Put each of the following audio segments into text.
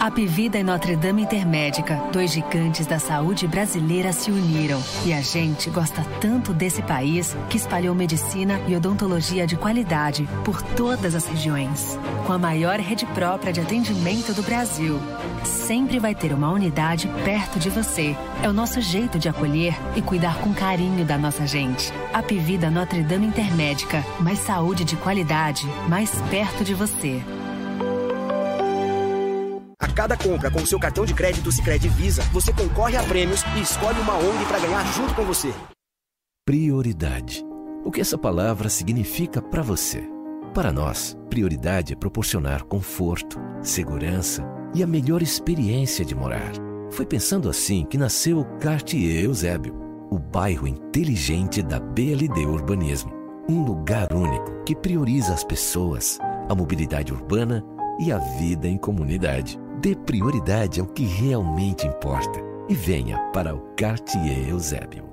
Apivida e Notre Dame Intermédica, 2 gigantes da saúde brasileira, se uniram. E a gente gosta tanto desse país que espalhou medicina e odontologia de qualidade por todas as regiões. Com a maior rede própria de atendimento do Brasil. Sempre vai ter uma unidade perto de você. É o nosso jeito de acolher e cuidar com carinho da nossa gente. Apivida Notre Dame Intermédica, mais saúde de qualidade, mais perto de você. A cada compra com o seu cartão de crédito Sicredi Visa, você concorre a prêmios e escolhe uma ONG para ganhar junto com você. Prioridade. O que essa palavra significa para você? Para nós, prioridade é proporcionar conforto, segurança e a melhor experiência de morar. Foi pensando assim que nasceu o Cartier Eusébio, o bairro inteligente da BLD Urbanismo. Um lugar único que prioriza as pessoas, a mobilidade urbana e a vida em comunidade. Dê prioridade ao que realmente importa e venha para o Cartier Eusébio.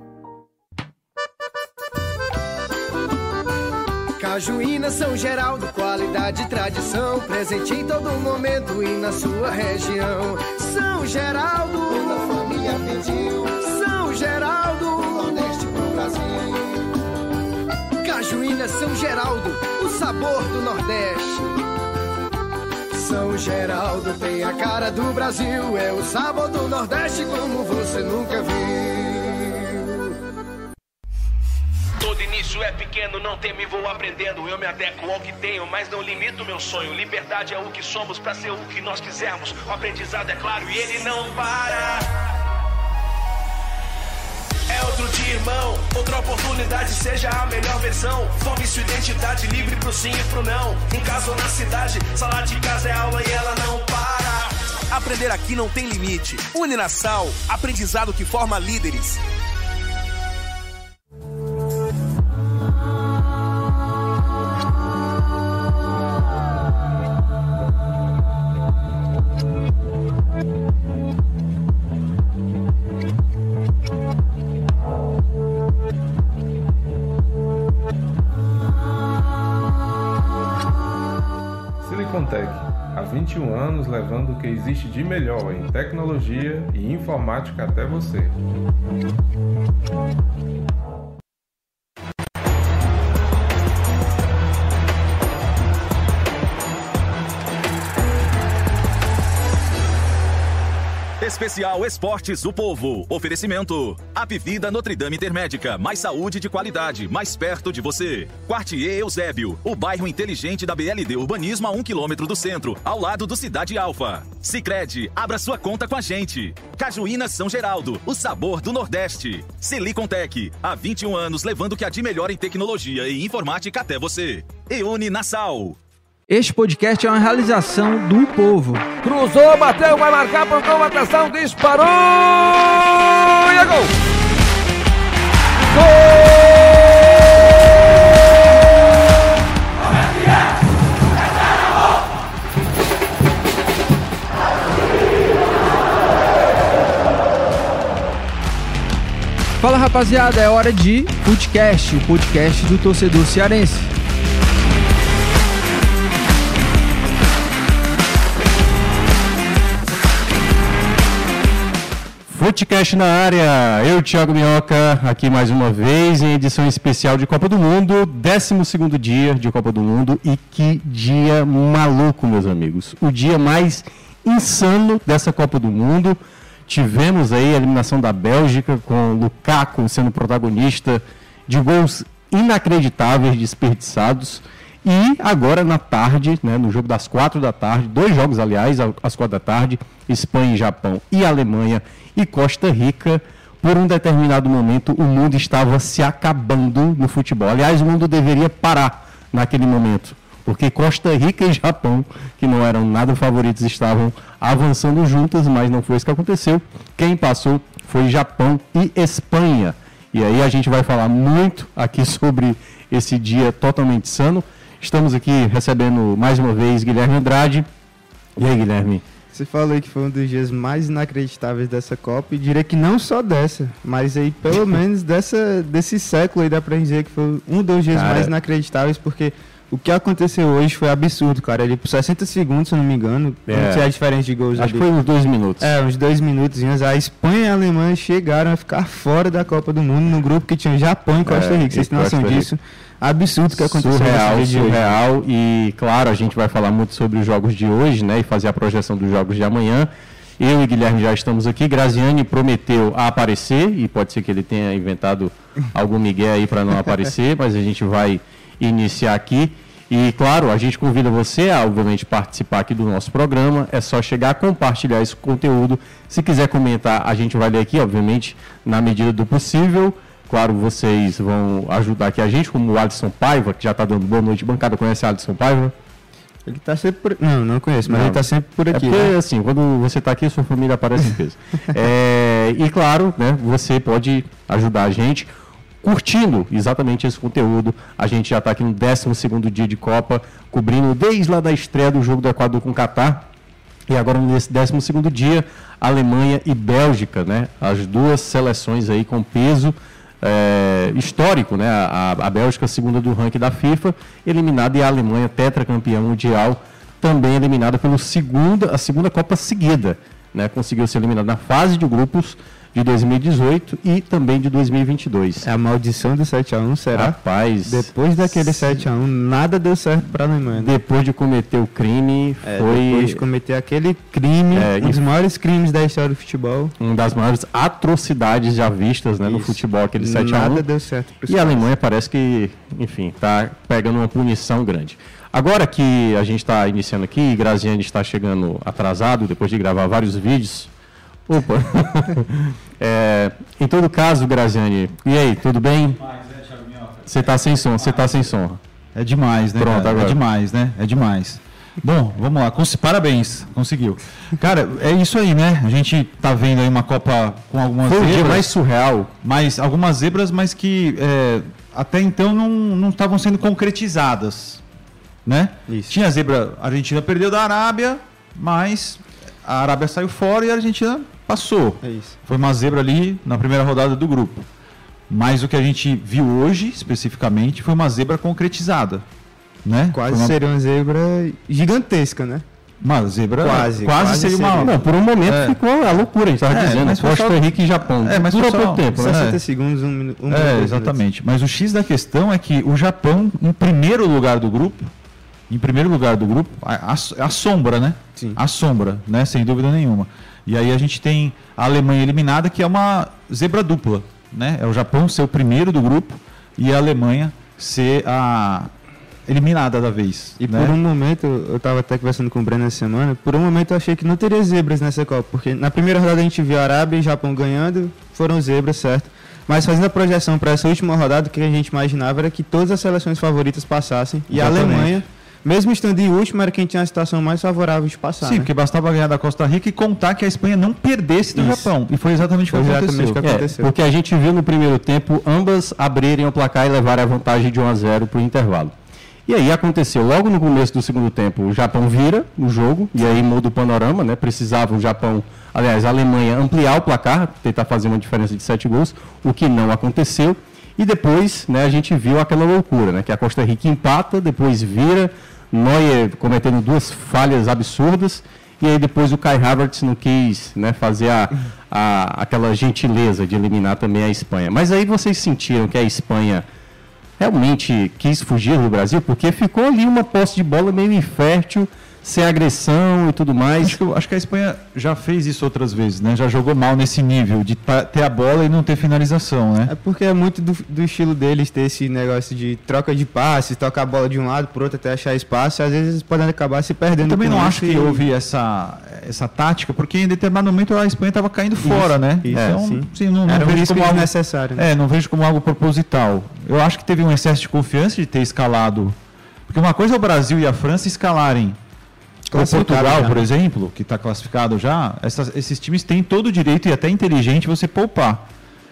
Cajuína São Geraldo, qualidade e tradição, presente em todo momento e na sua região. São Geraldo, toda família pediu. São Geraldo, Nordeste pro Brasil. Cajuína São Geraldo, o sabor do Nordeste. São Geraldo tem a cara do Brasil, é o sabor do Nordeste como você nunca viu. Todo início é pequeno, não temo e vou aprendendo. Eu me adequo ao que tenho, mas não limito meu sonho. Liberdade é o que somos pra ser o que nós quisermos. O aprendizado é claro e ele não para. É outro dia, irmão, outra oportunidade, seja a melhor versão. Forme sua identidade, livre pro sim e pro não. Em casa ou na cidade, sala de casa é aula e ela não para. Aprender aqui não tem limite. Uninasal, aprendizado que forma líderes. Silicontech, há 21 anos levando o que existe de melhor em tecnologia e informática até você. Especial Esportes do Povo. Oferecimento. Apivida Notre Dame Intermédica. Mais saúde de qualidade, mais perto de você. Quartier Eusébio. O bairro inteligente da BLD Urbanismo a 1 km do centro, ao lado do Cidade Alfa. Sicredi, abra sua conta com a gente. Cajuína São Geraldo. O sabor do Nordeste. Silicontech. Há 21 anos levando o que há de melhor em tecnologia e informática até você. E Uninasal. Este podcast é uma realização do povo. Cruzou, bateu, vai marcar, procurou, atenção, disparou! E é gol! Fala, rapaziada, é hora de Futecast, o podcast do torcedor cearense. Futecast na área, eu, Thiago Minhoca, aqui mais uma vez em edição especial de Copa do Mundo, 12º dia de Copa do Mundo, e que dia maluco, meus amigos, o dia mais insano dessa Copa do Mundo. Tivemos aí a eliminação da Bélgica, com Lukaku sendo protagonista de gols inacreditáveis desperdiçados, e agora na tarde, né, no jogo das 4 da tarde, 2 jogos aliás, às 4 da tarde, Espanha e Japão e Alemanha e Costa Rica. Por um determinado momento o mundo estava se acabando no futebol. Aliás, o mundo deveria parar naquele momento, porque Costa Rica e Japão, que não eram nada favoritos, estavam avançando juntas, mas não foi isso que aconteceu. Quem passou foi Japão e Espanha. E aí a gente vai falar muito aqui sobre esse dia totalmente insano. Estamos aqui recebendo mais uma vez Guilherme Andrade. E aí, Guilherme? Você falou aí que foi um dos dias mais inacreditáveis dessa Copa, e diria que não só dessa, mas aí pelo menos desse século aí dá pra dizer que foi um dos dias mais inacreditáveis, porque O que aconteceu hoje foi absurdo, cara. Ele por 60 segundos, se eu não me engano, não sei a diferença de gols. Acho que foi uns 2 minutos. Uns 2 minutos. A Espanha e a Alemanha chegaram a ficar fora da Copa do Mundo no grupo que tinha Japão e Costa Rica. Vocês têm noção disso? Absurdo que aconteceu. Surreal. E, claro, a gente vai falar muito sobre os jogos de hoje, né? E fazer a projeção dos jogos de amanhã. Eu e Guilherme já estamos aqui. Graziani prometeu aparecer, e pode ser que ele tenha inventado algum migué aí para não aparecer, mas a gente vai iniciar aqui. E, claro, a gente convida você a, obviamente, participar aqui do nosso programa. É só chegar, compartilhar esse conteúdo. Se quiser comentar, a gente vai ler aqui, obviamente, na medida do possível. Claro, vocês vão ajudar aqui a gente, como o Alisson Paiva, que já está dando boa noite bancada. Conhece o Alisson Paiva? Ele está sempre por... Não conheço, mas ele está sempre por aqui. Porque, assim, quando você está aqui, sua família aparece em peso. E, claro, né, você pode ajudar a gente curtindo exatamente esse conteúdo. A gente já está aqui no 12º dia de Copa, cobrindo desde lá da estreia do jogo do Equador com o Catar. E agora, nesse 12º dia, Alemanha e Bélgica, né? As duas seleções aí com peso histórico, né? A Bélgica, segunda do ranking da FIFA, eliminada, e a Alemanha, tetracampeã mundial, também eliminada pela a segunda Copa seguida, né? Conseguiu ser eliminada na fase de grupos de 2018 e também de 2022. É a maldição do 7-1, será? Rapaz, depois daquele 7-1, nada deu certo para a Alemanha. Né? Depois de cometer o crime, depois de cometer aquele crime, um dos maiores crimes da história do futebol. Uma das maiores atrocidades já vistas, né, no futebol, aquele 7-1. Nada deu certo. E a Alemanha parece que, enfim, está pegando uma punição grande. Agora que a gente está iniciando aqui, e Graziani está chegando atrasado, depois de gravar vários vídeos. Opa! Em todo caso, Graziani, e aí, tudo bem? Você está sem som, É demais, né? Pronto, agora. É demais, né? É demais. Bom, vamos lá. Parabéns, conseguiu. Cara, é isso aí, né? A gente tá vendo aí uma Copa com algumas zebras. Foi o dia mais surreal. Mas algumas zebras, mas que até então não estavam sendo concretizadas, né? Isso. Tinha a zebra, a Argentina perdeu da Arábia, mas a Arábia saiu fora e a Argentina passou. É isso. Foi uma zebra ali na primeira rodada do grupo. Mas o que a gente viu hoje, especificamente, foi uma zebra concretizada. Né? Quase seria uma zebra gigantesca, né? Uma zebra quase seria uma... Não, por um momento ficou a loucura, a gente estava dizendo. Costa Rica e Japão. Mas durou pouco tempo, né? 60 segundos, um minuto. Exatamente. Mas o X da questão é que o Japão, em primeiro lugar do grupo, a sombra, né? Sim. A sombra, né? Sem dúvida nenhuma. E aí a gente tem a Alemanha eliminada, que é uma zebra dupla, né? É o Japão ser o primeiro do grupo e a Alemanha ser a eliminada da vez. E por um momento, eu estava até conversando com o Breno essa semana, por um momento eu achei que não teria zebras nessa Copa, porque na primeira rodada a gente viu a Arábia e Japão ganhando, foram zebras, certo? Mas fazendo a projeção para essa última rodada, o que a gente imaginava era que todas as seleções favoritas passassem. E Exatamente. A Alemanha, mesmo estando em último, era quem tinha a situação mais favorável de passar. Sim, porque bastava ganhar da Costa Rica e contar que a Espanha não perdesse do Japão. E foi exatamente o que aconteceu. Porque a gente viu no primeiro tempo ambas abrirem o placar e levarem a vantagem de 1-0 para o intervalo. E aí aconteceu, logo no começo do segundo tempo, o Japão vira o jogo, e aí muda o panorama, né? Precisava o Japão, aliás, a Alemanha ampliar o placar, tentar fazer uma diferença de 7 gols, o que não aconteceu. E depois, né, a gente viu aquela loucura, né? Que a Costa Rica empata, depois vira, Neuer cometendo 2 falhas absurdas, e aí depois o Kai Havertz não quis, né, fazer aquela gentileza de eliminar também a Espanha. Mas aí vocês sentiram que a Espanha realmente quis fugir do Brasil, porque ficou ali uma posse de bola meio infértil, sem agressão e tudo mais. Acho que a Espanha já fez isso outras vezes, né? Já jogou mal nesse nível de ter a bola e não ter finalização, né? É porque é muito do estilo deles ter esse negócio de troca de passes, tocar a bola de um lado para o outro até achar espaço, e às vezes podem acabar se perdendo. Eu também não acho que houve essa tática, porque em determinado momento a Espanha estava caindo fora, né? Então, sim, não era vejo como algo necessário. Né? Não vejo como algo proposital. Eu acho que teve um excesso de confiança de ter escalado, porque uma coisa é o Brasil e a França escalarem. O Portugal, por exemplo, que está classificado já, esses times têm todo o direito e até inteligente você poupar.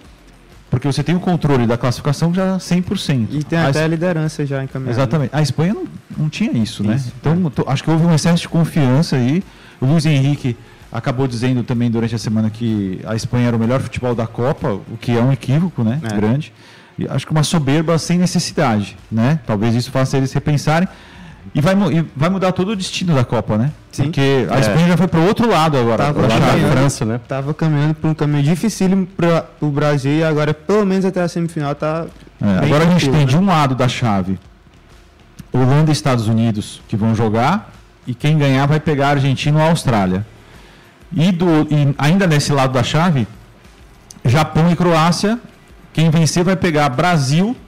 Porque você tem o controle da classificação já 100%. E tem até a liderança já encaminhada. Exatamente. A Espanha não tinha isso, né? Então, acho que houve um excesso de confiança aí. O Luiz Henrique acabou dizendo também durante a semana que a Espanha era o melhor futebol da Copa, o que é um equívoco, né? Grande. E acho que uma soberba sem necessidade, né? Talvez isso faça eles repensarem. E vai mudar todo o destino da Copa, né? Sim. Porque a Espanha já foi para o outro lado agora. A França, né? Tava caminhando para um caminho dificílimo para o Brasil e agora, pelo menos até a semifinal, tá. Agora a gente tem de um lado da chave Holanda e Estados Unidos que vão jogar, e quem ganhar vai pegar a Argentina ou a Austrália. E ainda nesse lado da chave, Japão e Croácia, quem vencer vai pegar Brasil,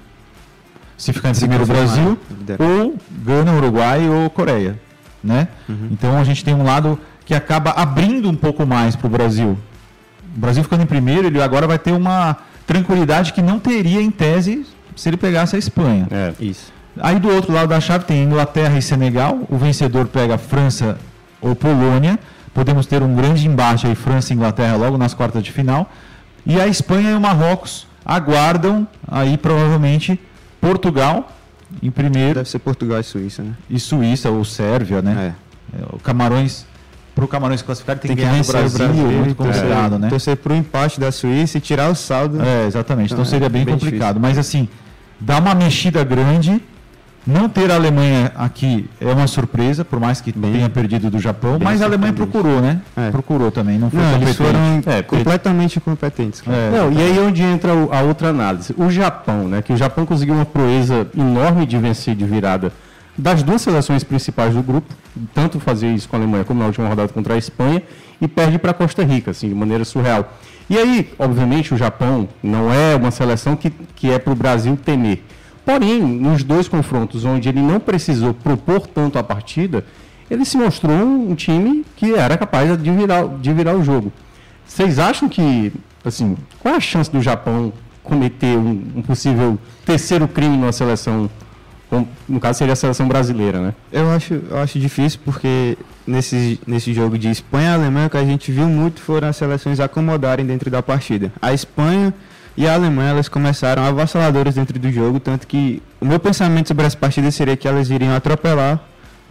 se ficar em primeiro Brasil, ou Gana, Uruguai ou Coreia, né? Então a gente tem um lado que acaba abrindo um pouco mais para o Brasil. O Brasil ficando em primeiro, ele agora vai ter uma tranquilidade que não teria em tese se ele pegasse a Espanha. Isso. Aí do outro lado da chave tem Inglaterra e Senegal, o vencedor pega França ou Polônia, podemos ter um grande embate aí, França e Inglaterra logo nas quartas de final, e a Espanha e o Marrocos aguardam aí provavelmente Portugal em primeiro. Deve ser Portugal e Suíça, né? E Suíça ou Sérvia, né? O Camarões, para o Camarões classificar tem que ganhar o Brasil, muito considerado, né? Torcer para o empate da Suíça e tirar o saldo. Exatamente, então seria bem complicado. Difícil. Mas assim, dá uma mexida grande. Não ter a Alemanha aqui é uma surpresa, por mais que tenha perdido do Japão, mas a Alemanha procurou, né? Procurou também, não foi eles foram completamente incompetentes. E aí é onde entra a outra análise. O Japão, né? Que o Japão conseguiu uma proeza enorme de vencer de virada das duas seleções principais do grupo, tanto fazer isso com a Alemanha como na última rodada contra a Espanha, e perde para a Costa Rica, assim, de maneira surreal. E aí, obviamente, o Japão não é uma seleção que é para o Brasil temer. Porém, nos dois confrontos onde ele não precisou propor tanto a partida, ele se mostrou um time que era capaz de virar o jogo. Vocês acham que, assim, qual é a chance do Japão cometer um possível terceiro crime numa seleção, no caso seria a seleção brasileira, né? Eu acho difícil, porque nesse jogo de Espanha e Alemanha, o que a gente viu muito foram as seleções acomodarem dentro da partida. A Espanha e a Alemanha, elas começaram avassaladoras dentro do jogo, tanto que o meu pensamento sobre essa partida seria que elas iriam atropelar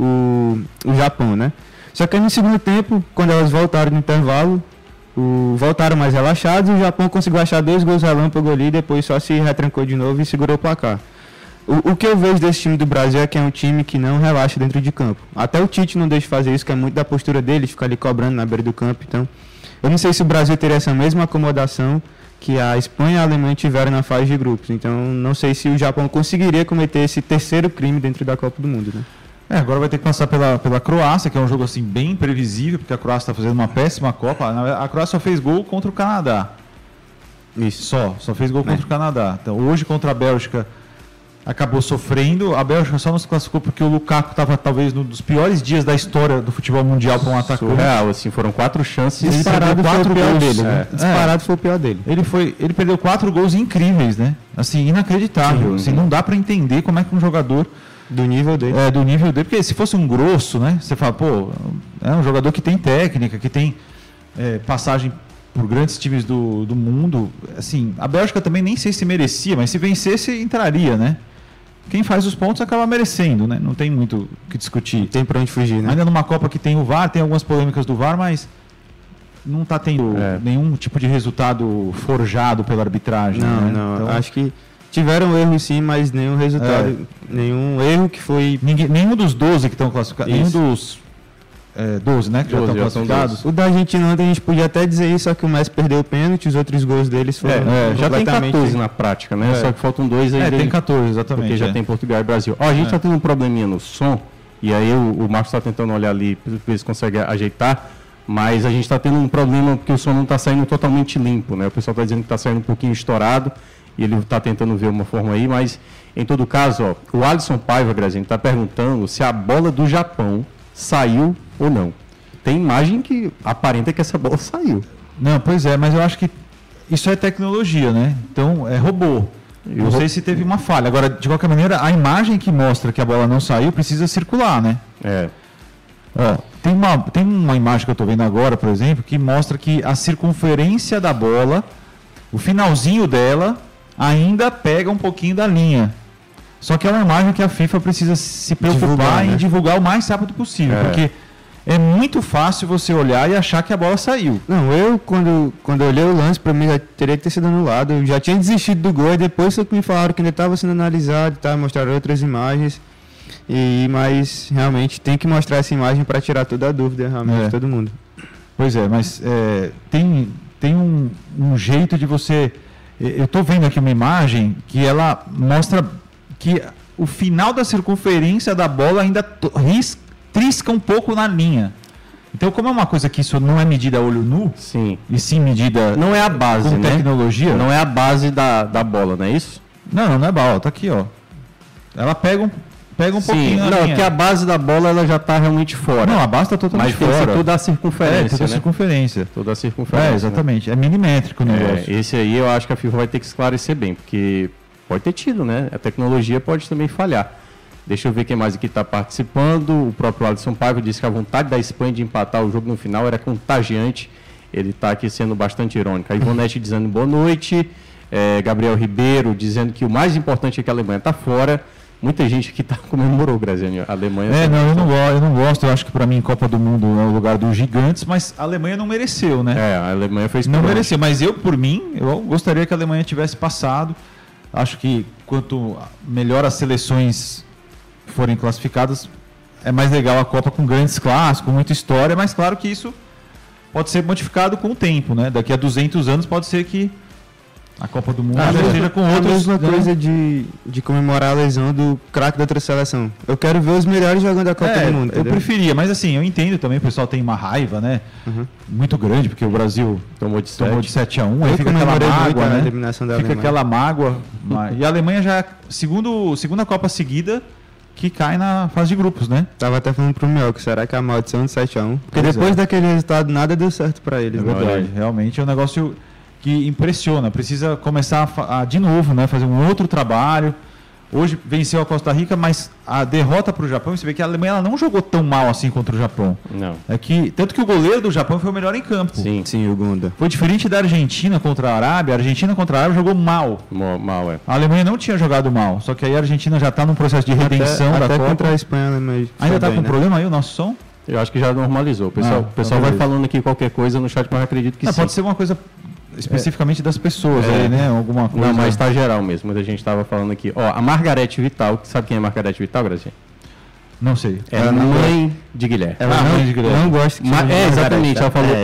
o Japão, né? Só que aí no segundo tempo, quando elas voltaram no intervalo, voltaram mais relaxados, o Japão conseguiu achar 2 gols relâmpago ali, depois só se retrancou de novo e segurou o placar. O que eu vejo desse time do Brasil é que é um time que não relaxa dentro de campo. Até o Tite não deixa de fazer isso, que é muito da postura dele, ficar ali cobrando na beira do campo. Então, eu não sei se o Brasil teria essa mesma acomodação que a Espanha e a Alemanha tiveram na fase de grupos. Então, não sei se o Japão conseguiria cometer esse terceiro crime dentro da Copa do Mundo, né? Agora vai ter que passar pela Croácia, que é um jogo assim bem imprevisível, porque a Croácia está fazendo uma péssima Copa. A Croácia só fez gol contra o Canadá. Isso. Só fez gol contra o Canadá. Então, hoje contra a Bélgica acabou sofrendo. A Bélgica só não se classificou porque o Lukaku estava talvez num dos piores dias da história do futebol mundial para um atacante. Surreal, assim, foram 4 chances. Disparado foi o pior dele, né? Disparado foi o pior dele. Ele perdeu 4 gols incríveis, né? Assim, inacreditável. Assim, não dá para entender como é que um jogador do nível dele. Do nível dele, porque se fosse um grosso, né? Você fala, pô, é um jogador que tem técnica, que tem passagem por grandes times do mundo. Assim, a Bélgica também nem sei se merecia, mas se vencesse, entraria, né? Quem faz os pontos acaba merecendo, né? Não tem muito o que discutir. Não tem pra onde fugir, né? Ainda numa Copa que tem o VAR, tem algumas polêmicas do VAR, mas não está tendo nenhum tipo de resultado forjado pela arbitragem. Não, né? Então, acho que tiveram erros sim, mas nenhum resultado, nenhum erro que foi... Nenhum dos 12 que estão classificados, nenhum dos 12, né, que 12, já estão classificados. O da Argentina ontem a gente podia até dizer isso, só que o Messi perdeu o pênalti, os outros gols deles foram já tem 14 na prática, né? Só que faltam 2 aí. Tem 14, exatamente. Porque já tem Portugal e Brasil. A gente está tendo um probleminha no som, e aí o Marcos está tentando olhar ali, para ver se consegue ajeitar, mas a gente está tendo um problema porque o som não está saindo totalmente limpo, né? O pessoal está dizendo que está saindo um pouquinho estourado, e ele está tentando ver uma forma aí, mas em todo caso, o Alisson Paiva, Grazinho, está perguntando se a bola do Japão saiu ou não. Tem imagem que aparenta que essa bola saiu. Não, pois é, mas eu acho que isso é tecnologia, né? Então, é robô. Não sei se teve uma falha. Agora, de qualquer maneira, a imagem que mostra que a bola não saiu precisa circular, né? Tem uma imagem que eu estou vendo agora, por exemplo, que mostra que a circunferência da bola, o finalzinho dela, ainda pega um pouquinho da linha. Só que é uma imagem que a FIFA precisa se preocupar em divulgar o mais rápido possível, porque é muito fácil você olhar e achar que a bola saiu. Não, eu, quando eu olhei o lance, pra mim já teria que ter sido anulado. Eu já tinha desistido do gol, e depois que me falaram que ainda estava sendo analisado, tá? Mostraram outras imagens. Mas realmente tem que mostrar essa imagem para tirar toda a dúvida, realmente, de todo mundo. Pois é, mas tem um jeito de você... Eu estou vendo aqui uma imagem que ela mostra que o final da circunferência da bola ainda trisca um pouco na linha. Então, como é uma coisa que isso não é medida a olho nu, sim, e sim medida não é a base, com tecnologia... Não é a base da bola, não é isso? Não é bola, tá aqui, ó. Ela pega um pouquinho na linha. Não, porque a base da bola ela já está realmente fora. Não, a base está totalmente fora. Mas tem toda a circunferência, toda a circunferência. Toda a circunferência. Exatamente. Né? É milimétrico o negócio. Esse aí eu acho que a FIFA vai ter que esclarecer bem, porque pode ter tido, né? A tecnologia pode também falhar. Deixa eu ver quem mais aqui está participando. O próprio Alisson Paiva disse que a vontade da Espanha de empatar o jogo no final era contagiante. Ele está aqui sendo bastante irônico. A Ivonete dizendo boa noite. Gabriel Ribeiro dizendo que o mais importante é que a Alemanha está fora. Muita gente aqui comemorou, Graziani. A Alemanha... eu não gosto. Eu acho que para mim Copa do Mundo é o lugar dos gigantes, mas a Alemanha não mereceu, né? A Alemanha fez não mereceu, mas eu gostaria que a Alemanha tivesse passado. Acho que quanto melhor as seleções forem classificadas, é mais legal a Copa com grandes clássicos, com muita história, mas claro que isso pode ser modificado com o tempo, né? Daqui a 200 anos pode ser que a Copa do Mundo seja com outros... A mesma coisa de comemorar a lesão do craque da outra seleção. Eu quero ver os melhores jogando a Copa do Mundo, entendeu? Eu preferia, mas assim, eu entendo também, o pessoal tem uma raiva, né? Muito grande, porque o Brasil tomou de 7-1, aí fica aquela mágoa, né? Fica aquela mágoa. E a Alemanha já é a segunda Copa seguida que cai na fase de grupos, né? Tava até falando pro Mel, que será que a maldição de 7-1? Porque depois daquele resultado, nada deu certo para eles. É verdade, realmente é um negócio... que impressiona, precisa começar de novo, né? Fazer um outro trabalho. Hoje venceu a Costa Rica, mas a derrota para o Japão, você vê que a Alemanha ela não jogou tão mal assim contra o Japão. Não. Tanto que o goleiro do Japão foi o melhor em campo. Sim, o Gunda. Foi diferente da Argentina contra a Arábia. A Argentina contra a Arábia jogou mal. Mal, é. A Alemanha não tinha jogado mal, só que aí a Argentina já está num processo de redenção da Copa. Até contra a Espanha, mas ainda está com problema aí o nosso som? Eu acho que já normalizou. O pessoal vai falando aqui qualquer coisa no chat, mas eu acredito que sim. Pode ser uma coisa... especificamente das pessoas, aí, né? Alguma coisa. Não, mas está geral mesmo. Muita gente estava falando aqui. Ó, a Margarete Vital, sabe quem é a Margarete Vital, Gracinha? Não sei. É a mãe de Guilherme. Ela mãe de Guilherme. Não gosta que exatamente. Ela falou,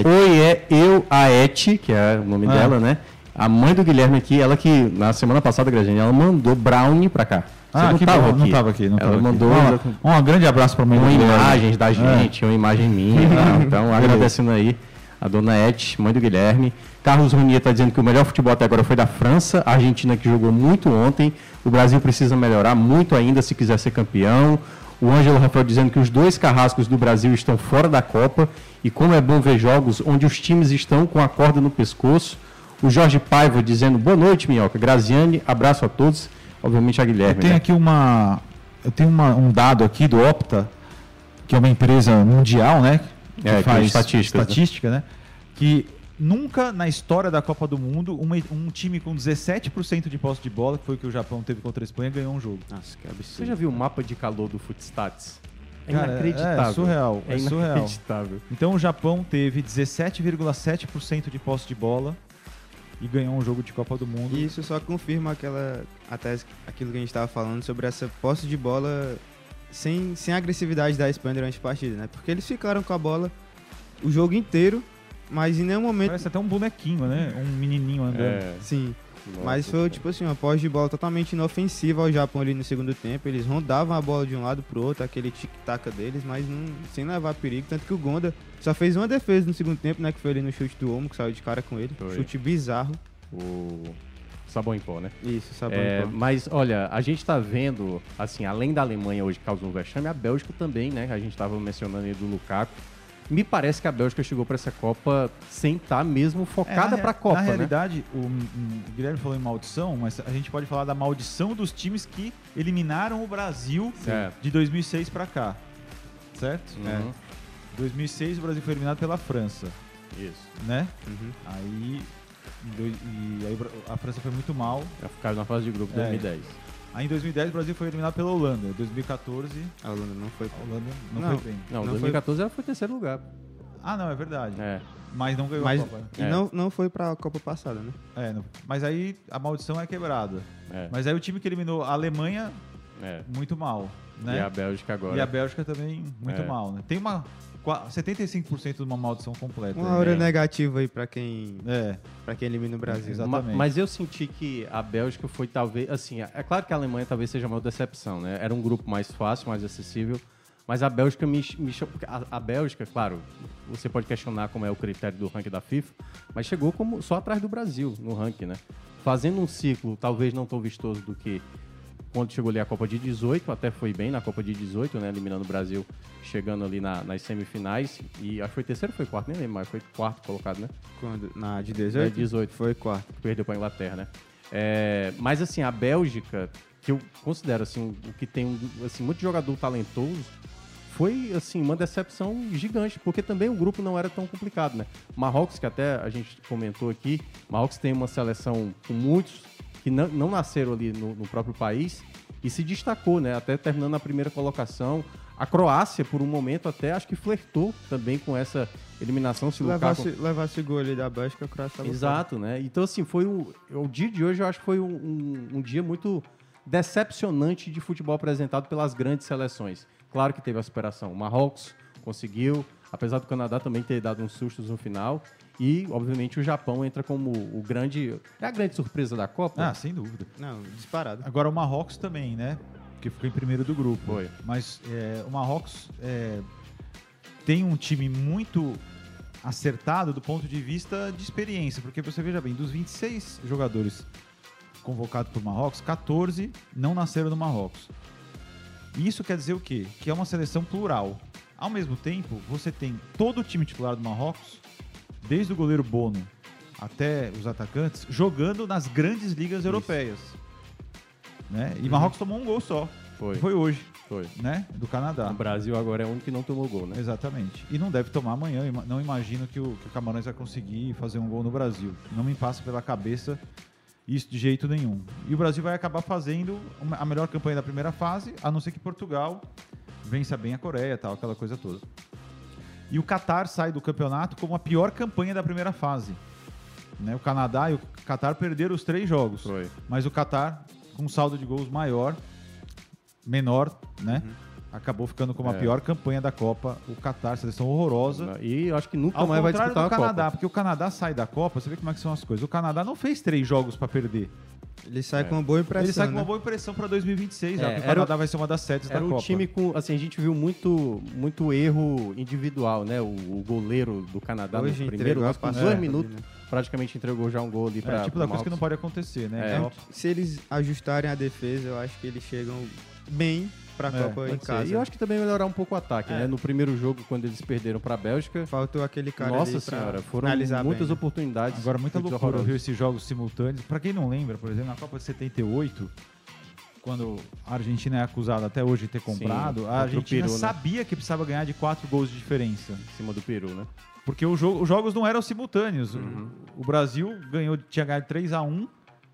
eu, a Eti, que é o nome dela, né? A mãe do Guilherme aqui, ela que na semana passada, Gracinha, ela mandou brownie pra cá. Não estava aqui. Ela mandou um grande abraço para a mãe do Guilherme. Imagens da gente, uma imagem minha. Então, agradecendo aí a dona Eti, mãe do Guilherme. Carlos Ronier está dizendo que o melhor futebol até agora foi da França, a Argentina que jogou muito ontem, o Brasil precisa melhorar muito ainda se quiser ser campeão. O Ângelo Rafael dizendo que os 2 carrascos do Brasil estão fora da Copa e como é bom ver jogos onde os times estão com a corda no pescoço. O Jorge Paiva dizendo boa noite, Minhoca. Graziani, abraço a todos, obviamente a Guilherme. Eu tenho um dado aqui do Opta, que é uma empresa mundial, né? Que faz estatística, né? Que nunca na história da Copa do Mundo um time com 17% de posse de bola, que foi o que o Japão teve contra a Espanha, ganhou um jogo. Nossa, que absurdo. Você já viu o mapa de calor do Footstats? Inacreditável. É surreal. É inacreditável. Então o Japão teve 17,7% de posse de bola e ganhou um jogo de Copa do Mundo. E isso só confirma aquilo que a gente estava falando sobre essa posse de bola sem a agressividade da Espanha durante a partida, né? Porque eles ficaram com a bola o jogo inteiro, mas em nenhum momento... Parece até um bonequinho, né? Um menininho andando. Sim. Mas foi tipo assim, uma posse de bola totalmente inofensiva ao Japão ali no segundo tempo. Eles rondavam a bola de um lado pro outro, aquele tic-tac deles, mas sem levar perigo. Tanto que o Gonda só fez uma defesa no segundo tempo, né? Que foi ali no chute do Olmo, que saiu de cara com ele. Foi. Chute bizarro. O sabão em pó, né? Isso, sabão em pó. Mas, olha, a gente tá vendo, assim, além da Alemanha hoje que causou um vexame, a Bélgica também, né? A gente tava mencionando aí do Lukaku. Me parece que a Bélgica chegou para essa Copa sem estar mesmo focada para a Copa. Na realidade, o Guilherme falou em maldição, mas a gente pode falar da maldição dos times que eliminaram o Brasil de 2006 para cá. Certo? Uhum. 2006 o Brasil foi eliminado pela França. Isso. Né? Uhum. Aí a França foi muito mal. Já ficaram na fase de grupo 2010. Aí em 2010 o Brasil foi eliminado pela Holanda. Em 2014... A Holanda não foi não foi bem. Não, em 2014 ela foi terceiro lugar. Ah, não, é verdade. Mas não ganhou a Copa. E não foi pra Copa passada, né? Mas aí a maldição é quebrada. Mas aí o time que eliminou a Alemanha, muito mal. Né? E a Bélgica agora. E a Bélgica também muito mal, né? Tem 75% de uma maldição completa. Uma hora negativa aí pra quem elimina o Brasil. Exatamente. Mas eu senti que a Bélgica foi talvez... Assim, é claro que a Alemanha talvez seja uma decepção, né? Era um grupo mais fácil, mais acessível. Mas a Bélgica me chamou... A Bélgica, claro, você pode questionar como é o critério do ranking da FIFA, mas chegou só atrás do Brasil no ranking, né? Fazendo um ciclo talvez não tão vistoso do que quando chegou ali a Copa de 18, até foi bem na Copa de 18, né? Eliminando o Brasil, chegando ali nas semifinais. E acho que foi terceiro ou foi quarto, nem lembro, mas foi quarto colocado, né? Na de 18? De 18. Foi quarto. Perdeu para a Inglaterra, né? Mas assim, a Bélgica, que eu considero assim, o que tem assim, muito jogador talentoso, foi assim, uma decepção gigante, porque também o grupo não era tão complicado, né? Marrocos, que até a gente comentou aqui, Marrocos tem uma seleção com muitos que não nasceram ali no próprio país e se destacou, né? Até terminando na primeira colocação. A Croácia, por um momento, até acho que flertou também com essa eliminação. Se levasse o gol ali da Bélgica, a Croácia estava Exato, né? Então, assim, foi o dia de hoje, eu acho que foi um dia muito decepcionante de futebol apresentado pelas grandes seleções. Claro que teve a superação. O Marrocos conseguiu, apesar do Canadá também ter dado uns sustos no final. E, obviamente, o Japão entra como a grande surpresa da Copa. Ah, sem dúvida. Não, disparado. Agora o Marrocos também, né? Que ficou em primeiro do grupo. Foi. Mas o Marrocos tem um time muito acertado do ponto de vista de experiência. Porque você veja bem, dos 26 jogadores convocados por Marrocos, 14 não nasceram no Marrocos. E isso quer dizer o quê? Que é uma seleção plural. Ao mesmo tempo, você tem todo o time titular do Marrocos, desde o goleiro Bono até os atacantes, jogando nas grandes ligas europeias. Né? E Marrocos tomou um gol só. Foi hoje. Foi. Né? Do Canadá. O Brasil agora é o único que não tomou gol, né? Exatamente. E não deve tomar amanhã. Não imagino que o Camarões vai conseguir fazer um gol no Brasil. Não me passa pela cabeça isso de jeito nenhum. E o Brasil vai acabar fazendo a melhor campanha da primeira fase, a não ser que Portugal vença bem a Coreia, tal, aquela coisa toda. E o Catar sai do campeonato como a pior campanha da primeira fase. Né? O Canadá e o Catar perderam os 3 jogos. Foi. Mas o Catar, com um saldo de gols menor, né? Acabou ficando como a pior campanha da Copa. O Catar, seleção horrorosa. E eu acho que nunca mais vai disputar a Copa. Ao contrário do Canadá, porque o Canadá sai da Copa, você vê como é que são as coisas. O Canadá não fez 3 jogos para perder. Ele sai com uma boa impressão. Ele sai com uma boa impressão para 2026, já, porque o Canadá vai ser uma das sedes da Copa. Era um time com, assim, a gente viu muito erro individual, né? O goleiro do Canadá hoje no primeiro, com 2 minutos, né? Praticamente entregou já um gol ali para tipo da coisa que não pode acontecer, né? Se eles ajustarem a defesa, eu acho que eles chegam bem pra Copa em casa. E eu acho que também melhorar um pouco o ataque, né? No primeiro jogo, quando eles perderam pra Bélgica... Faltou aquele cara Nossa ali senhora, foram muitas oportunidades. Agora, muita loucura ver esses jogos simultâneos. Pra quem não lembra, por exemplo, na Copa de 78, quando a Argentina é acusada até hoje de ter comprado, a Argentina sabia que precisava ganhar de 4 gols de diferença. Em cima do Peru, né? Porque os jogos não eram simultâneos. O Brasil tinha ganhado 3-1,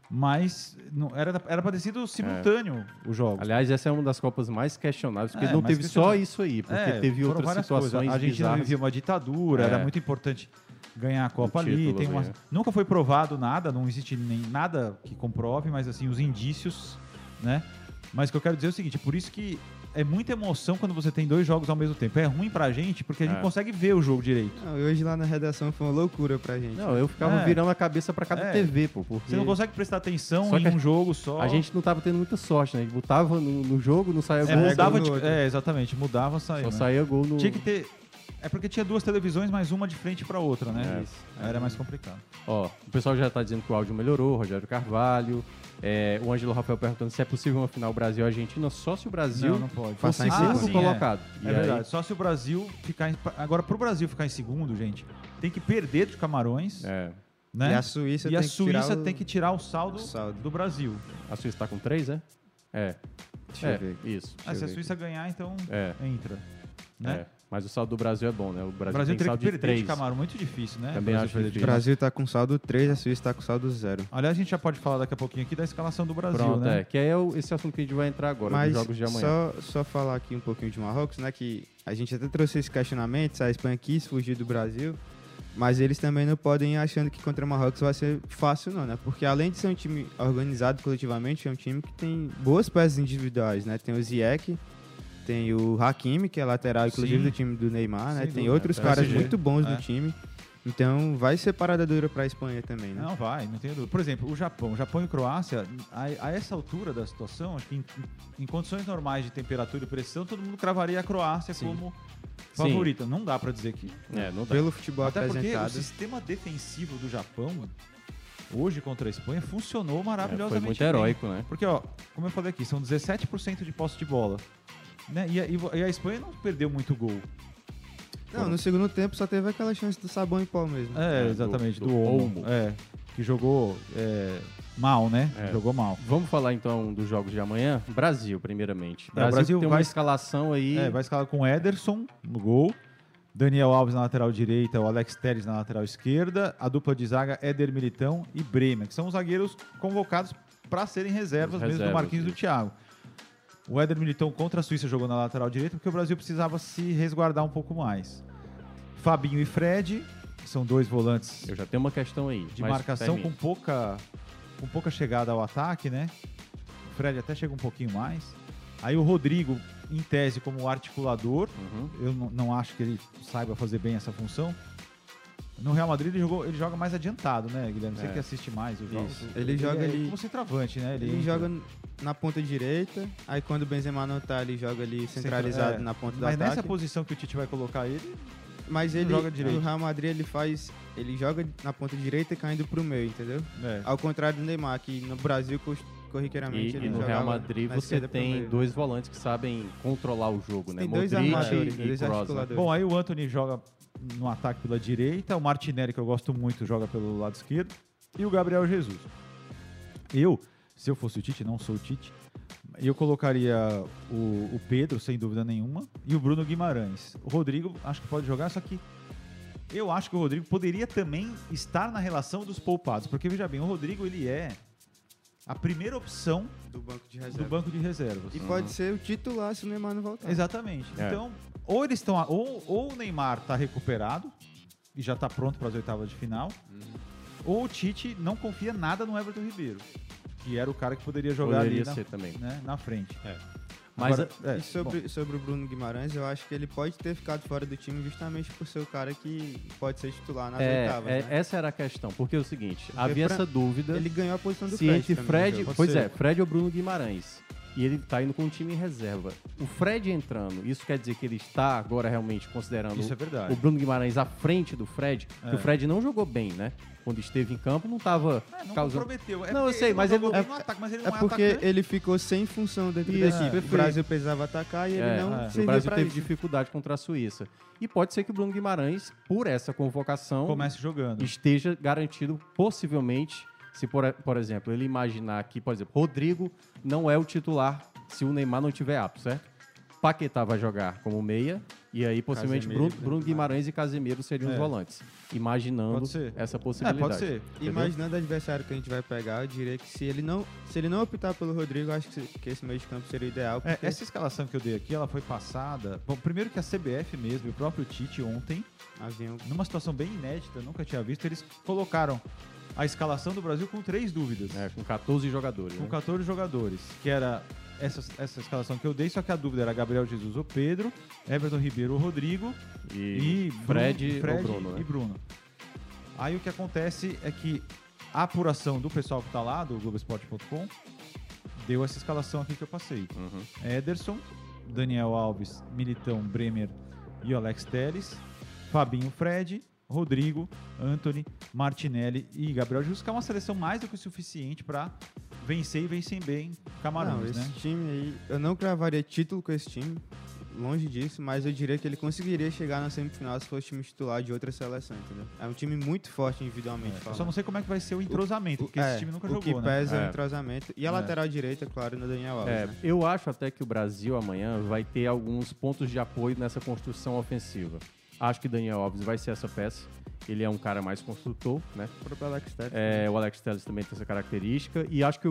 mas não, era para ter sido simultâneo o jogo. Aliás, essa é uma das Copas mais questionáveis, porque não teve só isso aí, porque teve outras situações coisas. A Argentina vivia uma ditadura, era muito importante ganhar a Copa ali. Nunca foi provado nada, não existe nem nada que comprove, mas assim, os indícios, né? Mas o que eu quero dizer é o seguinte, por isso que é muita emoção quando você tem 2 jogos ao mesmo tempo. É ruim pra gente, porque a gente consegue ver o jogo direito. Não, hoje lá na redação foi uma loucura pra gente. Não, eu ficava virando a cabeça pra cada TV, pô. Porque... Você não consegue prestar atenção em um jogo só. A gente não tava tendo muita sorte, né? A gente botava no jogo, não saía gol. Exatamente. Mudava, saía. Só saía gol no... Tinha que ter... É porque tinha 2 televisões, mas uma de frente pra outra, né? Era mais complicado. Ó, o pessoal já tá dizendo que o áudio melhorou, Rogério Carvalho. O Ângelo Rafael perguntando se é possível uma final Brasil-Argentina só se o Brasil não pode fosse em segundo colocado. É verdade, só se o Brasil ficar... Agora, pro Brasil ficar em segundo, gente, tem que perder dos Camarões. Né? E a Suíça, tem que tirar o saldo do Brasil. A Suíça tá com 3, né? Deixa eu ver. Isso. Se a Suíça ganhar, então entra. Né? Mas o saldo do Brasil é bom, né? O Brasil tem teria saldo que de perder 3. de Camarão, muito difícil, né? Também acho difícil. O Brasil tá com saldo 3, a Suíça tá com saldo 0. Aliás, a gente já pode falar daqui a pouquinho aqui da escalação do Brasil, Pronto, né? que é esse assunto que a gente vai entrar agora, Mas dos jogos de amanhã. Só falar aqui um pouquinho de Marrocos, né? Que a gente até trouxe esse questionamento, se a Espanha quis fugir do Brasil, mas eles também não podem ir achando que contra o Marrocos vai ser fácil não, né? Porque além de ser um time organizado coletivamente, é um time que tem boas peças individuais, né? Tem o Ziyech, tem o Hakimi, que é lateral, inclusive, do time do Neymar, né? Tem outros caras muito bons no time. Então, vai ser parada dura para a Espanha também, né? Não, vai, não tenho dúvida. Por exemplo, o Japão e Croácia, a essa altura da situação, acho que em condições normais de temperatura e pressão, todo mundo cravaria a Croácia como favorita. Não dá para dizer que... não dá. Pelo futebol até apresentado. porque o sistema defensivo do Japão, hoje contra a Espanha, funcionou maravilhosamente foi muito heróico, né? Porque, ó, como eu falei aqui, são 17% de posse de bola. Né? E a Espanha não perdeu muito gol. Não, no segundo tempo só teve aquela chance do sabão em pó mesmo. Exatamente, do Olmo. Que jogou mal, né? Jogou mal. Vamos falar então dos jogos de amanhã? Brasil, primeiramente. O Brasil tem uma escalação aí. Vai escalar com Ederson no gol, Daniel Alves na lateral direita, o Alex Telles na lateral esquerda, a dupla de zaga Éder Militão e Bremer, que são os zagueiros convocados para serem reservas mesmo do Marquinhos e do Thiago. O Éder Militão contra a Suíça jogou na lateral direita porque o Brasil precisava se resguardar um pouco mais. Fabinho e Fred, que são dois volantes. Eu já tenho uma questão aí. De marcação com pouca chegada ao ataque, né? O Fred até chega um pouquinho mais. Aí o Rodrigo, em tese, como articulador. Eu não acho que ele saiba fazer bem essa função. No Real Madrid ele joga mais adiantado, né, Guilherme? Você que assiste mais os jogos. Ele joga ali como centroavante, né? Ele joga na ponta direita, aí quando o Benzema não tá, ele joga ali centralizado na ponta do ataque. Mas nessa posição que o Tite vai colocar ele, mas ele joga direito. No Real Madrid ele joga na ponta direita caindo pro meio, entendeu? Ao contrário do Neymar, que no Brasil corriqueiramente ele no Real Madrid você tem dois volantes que sabem controlar o jogo, né? Tem dois armadores, dois articuladores. Bom, aí o Antony joga no ataque pela direita, o Martinelli, que eu gosto muito, joga pelo lado esquerdo, e o Gabriel Jesus. Se eu fosse o Tite, não sou o Tite, eu colocaria o Pedro, sem dúvida nenhuma, e o Bruno Guimarães. O Rodrigo, acho que pode jogar, só que eu acho que o Rodrigo poderia também estar na relação dos poupados, porque, veja bem, o Rodrigo, ele é a primeira opção do banco de reservas. E pode ser o titular se o Neymar não voltar. Exatamente. Então, ou eles estão ou o Neymar está recuperado e já está pronto para as oitavas de final, ou o Tite não confia nada no Everton Ribeiro, que era o cara que poderia jogar ali na frente. Mas agora, sobre o Bruno Guimarães, eu acho que ele pode ter ficado fora do time justamente por ser o cara que pode ser titular nas oitavas. Né? Essa era a questão, porque é o seguinte, havia essa dúvida. Ele ganhou a posição do se Fred. Entre Fred, Fred ou Bruno Guimarães. E ele tá indo com um time em reserva. O Fred entrando, isso quer dizer que ele está agora realmente considerando o Bruno Guimarães à frente do Fred, que o Fred não jogou bem, né? Quando esteve em campo, não estava causando... comprometeu. Não, eu sei, mas ele não... porque ele ficou sem função dentro da equipe. O Brasil precisava atacar e ele não serviu. O Brasil teve dificuldade contra a Suíça. E pode ser que o Bruno Guimarães, por essa convocação, comece jogando. Esteja garantido, possivelmente, se, por exemplo, ele imaginar que, por exemplo, Rodrigo não é o titular se o Neymar não tiver apto, certo? Paquetá vai jogar como meia e aí possivelmente Bruno Guimarães e Casemiro seriam os volantes. Imaginando essa possibilidade. Pode ser. Entendeu? Imaginando o adversário que a gente vai pegar, eu diria que se ele não optar pelo Rodrigo, eu acho que esse meio de campo seria o ideal. Porque... Essa escalação que eu dei aqui, ela foi passada... Bom, primeiro que a CBF mesmo e o próprio Tite ontem, numa situação bem inédita, nunca tinha visto, eles colocaram a escalação do Brasil com 3 dúvidas. Com 14 jogadores. Com 14 jogadores, que era... Essa escalação que eu dei, só que a dúvida era Gabriel Jesus ou Pedro, Everton Ribeiro ou Rodrigo e Fred ou Bruno, né? e Bruno. Aí o que acontece é que a apuração do pessoal que tá lá, do Globoesporte.com, deu essa escalação aqui que eu passei. Ederson, Daniel Alves, Militão, Bremer e Alex Telles, Fabinho, Fred, Rodrigo, Antony, Martinelli e Gabriel Jesus, que é uma seleção mais do que o suficiente para vencer e vencer bem Camarões, esse time aí, eu não cravaria título com esse time, longe disso, mas eu diria que ele conseguiria chegar na semifinal se fosse time titular de outra seleção, entendeu? É um time muito forte individualmente. Eu só não sei como é que vai ser o entrosamento, porque esse time nunca jogou, né? O que pesa é o entrosamento. E a lateral direita, claro, no Daniel Alves, né? Eu acho até que o Brasil amanhã vai ter alguns pontos de apoio nessa construção ofensiva. Acho que Daniel Alves vai ser essa peça. Ele é um cara mais construtor, né? O próprio Alex Telles. O Alex Telles também tem essa característica. E acho que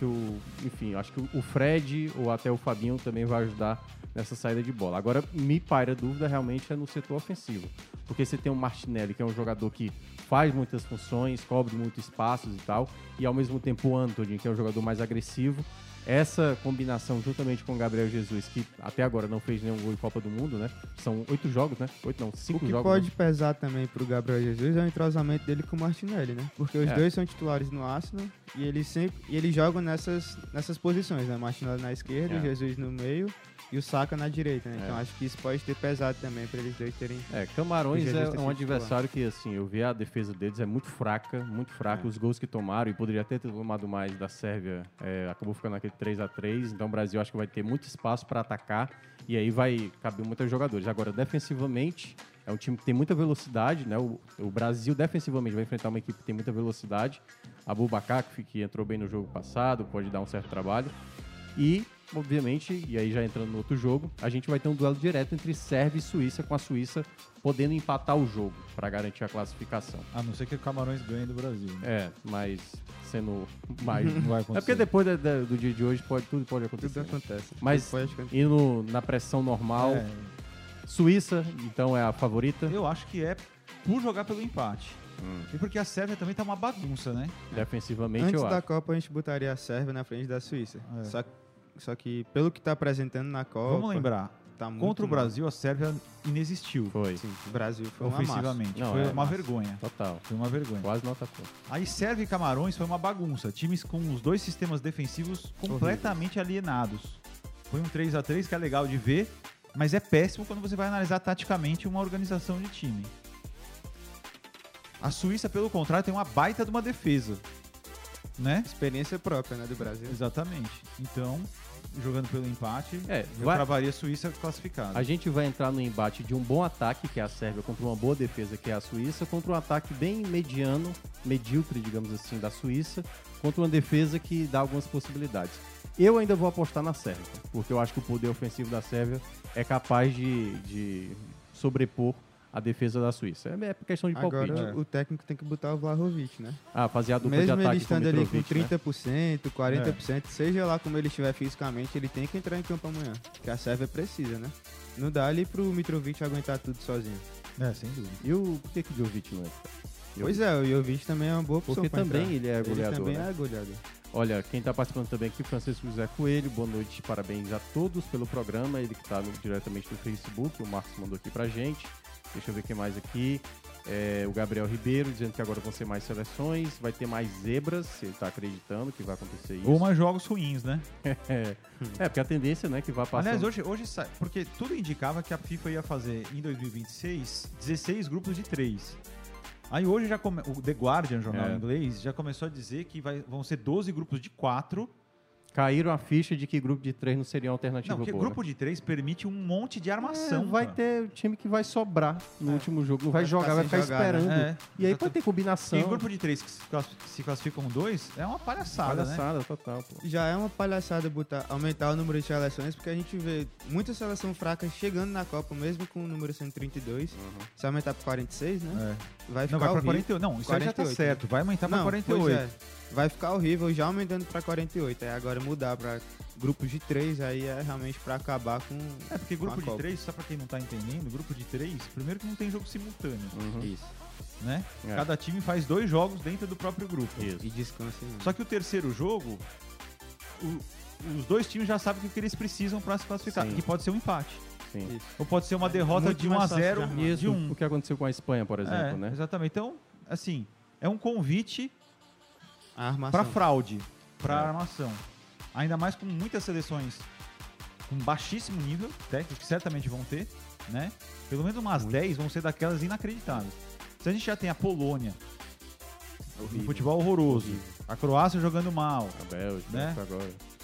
acho que o Fred ou até o Fabinho também vai ajudar nessa saída de bola. Agora, me paira a dúvida realmente é no setor ofensivo. Porque você tem o Martinelli, que é um jogador que faz muitas funções, cobre muitos espaços e tal. E ao mesmo tempo o Antony, que é um jogador mais agressivo. Essa combinação, juntamente com o Gabriel Jesus, que até agora não fez nenhum gol em Copa do Mundo, né? São 8 jogos, né? 5 jogos. O que pode pesar também pro Gabriel Jesus é o entrosamento dele com o Martinelli, né? Porque os dois são titulares no Arsenal e eles jogam nessas posições, né? Martinelli na esquerda, Jesus no meio e o Saka na direita, né? Então acho que isso pode ter pesado também para eles dois terem... Camarões é um adversário que, assim, eu vi a defesa deles é muito fraca. Os gols que tomaram, e poderia até ter tomado mais da Sérvia, acabou ficando naquele 3-3, então o Brasil acho que vai ter muito espaço para atacar e aí vai caber muitos jogadores. Agora, defensivamente, é um time que tem muita velocidade, né? O Brasil defensivamente vai enfrentar uma equipe que tem muita velocidade. Abubakar, que entrou bem no jogo passado, pode dar um certo trabalho. E, obviamente, e aí já entrando no outro jogo, a gente vai ter um duelo direto entre Sérvia e Suíça, com a Suíça podendo empatar o jogo para garantir a classificação. A não ser que o Camarões ganhe do Brasil. Né? Mas sendo mais... Não vai acontecer. É porque depois do dia de hoje tudo pode acontecer. Tudo acontece. Mas indo na pressão normal, Suíça, então, é a favorita? Eu acho que é por jogar pelo empate. E porque a Sérvia também tá uma bagunça, né? Defensivamente, Antes da Copa, a gente botaria a Sérvia na frente da Suíça. Só que, pelo que tá apresentando na Copa... Vamos lembrar, contra o Brasil, a Sérvia inexistiu. Foi. Sim, o Brasil foi ofensivamente. Não, foi uma vergonha. Total. Foi uma vergonha. Quase não atacou. Aí Sérvia e Camarões foi uma bagunça. Times com os dois sistemas defensivos completamente alienados. Foi um 3-3 que é legal de ver, mas é péssimo quando você vai analisar taticamente uma organização de time. A Suíça, pelo contrário, tem uma baita de uma defesa. Né? Experiência própria, né, do Brasil. Exatamente. Então, jogando pelo empate, eu travaria a Suíça classificada. A gente vai entrar no embate de um bom ataque, que é a Sérvia, contra uma boa defesa, que é a Suíça, contra um ataque bem medíocre, digamos assim, da Suíça, contra uma defesa que dá algumas possibilidades. Eu ainda vou apostar na Sérvia, porque eu acho que o poder ofensivo da Sérvia é capaz de sobrepor a defesa da Suíça. É questão de palpite. Agora o técnico tem que botar o Vlahovic, né? Fazer a dupla de ataque. Mesmo ele estando ali com 30%, 40%, seja lá como ele estiver fisicamente, ele tem que entrar em campo amanhã. Porque a Sérvia precisa, né? Não dá ali pro Mitrovic aguentar tudo sozinho. Sem dúvida. E por que o Jovic não entra? Pois é, o Jovic também é uma boa opção. Porque também ele é goleador. Ele também é goleador. Olha, quem está participando também aqui, Francisco José Coelho, boa noite, parabéns a todos pelo programa, ele que está diretamente no Facebook, o Marcos mandou aqui pra gente. Deixa eu ver o que mais aqui. O Gabriel Ribeiro dizendo que agora vão ser mais seleções, vai ter mais zebras, ele está acreditando que vai acontecer isso. Ou mais jogos ruins, né? Porque a tendência, né, que vai passar. Aliás, hoje sai, porque tudo indicava que a FIFA ia fazer em 2026 16 grupos de 3. Aí hoje o The Guardian, jornal inglês, já começou a dizer que vão ser 12 grupos de 4. Caíram a ficha de que grupo de 3 não seria uma alternativa boa. Não, porque grupo de 3 permite um monte de armação. Vai ter time que vai sobrar no último jogo, não vai jogar, vai ficar esperando. Né? E aí pode ter combinação. E grupo de 3 que se classificam 2 é uma palhaçada, né? Total, pô. Já é uma palhaçada aumentar o número de seleções, porque a gente vê muita seleção fraca chegando na Copa, mesmo com o número sendo 32. Se aumentar para 46, né? Vai ficar para 48. Não, isso 48, já tá certo. Vai aumentar para 48. Vai ficar horrível já aumentando para 48. Aí agora mudar para grupos de 3, aí é realmente para acabar com. Porque grupo de 3, só para quem não tá entendendo, grupo de 3, primeiro que não tem jogo simultâneo. Isso. Né? Cada time faz 2 jogos dentro do próprio grupo. Isso. E descansa. Só que o terceiro jogo, os 2 times já sabem o que eles precisam para se classificar. E pode ser um empate. Sim. Ou pode ser uma derrota de 1-0 de 1. O que aconteceu com a Espanha, por exemplo, né? Exatamente. Então, assim, é um convite para fraude, para armação. Ainda mais com muitas seleções com baixíssimo nível técnico, que certamente vão ter, né? Pelo menos umas 10 vão ser daquelas inacreditáveis. Se a gente já tem a Polônia, um futebol horroroso, a Croácia jogando mal, a Bélgica, né? Agora.